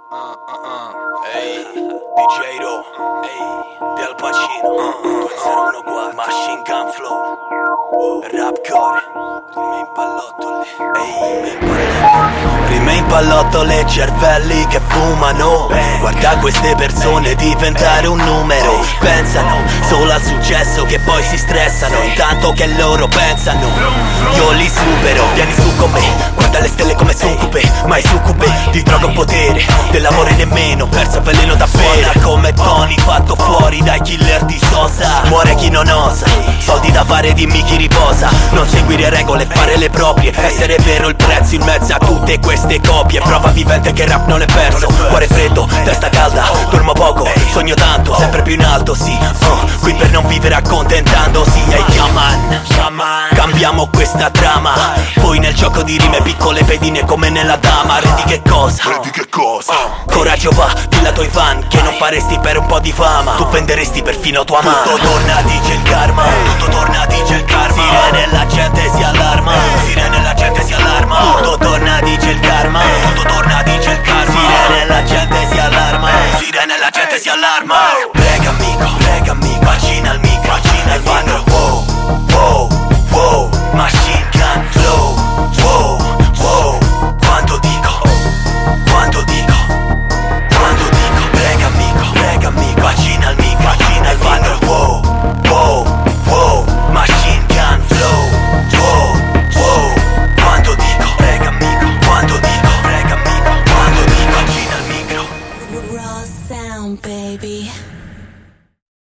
Ehi, DJ Ro, ehi, Del Pacino, 201 qua, Machine Gun Flow, Rapcore, rime in pallottole, ehi, rime in pallottole, cervelli che fumano. Guarda queste persone diventare un numero. Pensano solo al successo che poi si stressano, intanto che loro pensano io li supero. Vieni su con me, guarda le stelle come succube, mai succube di droga o potere, del lavoro nemmeno, perso veleno da bere. Come Tony fatto fuori dai killer di Sosa, muore chi non osa, soldi da fare dimmi chi riposa. Non seguire regole, fare le proprie, essere vero il prezzo in mezzo a tutte queste copie. Prova vivente che rap non è perso, cuore freddo, testa calda, dormo poco, sogno tanto, sempre più in alto, sì. Qui per non vivere accontentandosi, hey, Yaman. Cambiamo questa trama, poi nel gioco di rime piccole pedine come nella dama. Rendi che cosa? Coraggio va, dillo ai tuoi fan che non faresti per un po' di fama, tu venderesti perfino tua mamma. Tutto torna, dice il karma, tutto torna, dice il karma. Sirene, la gente si allarma, sirene, la gente si allarma.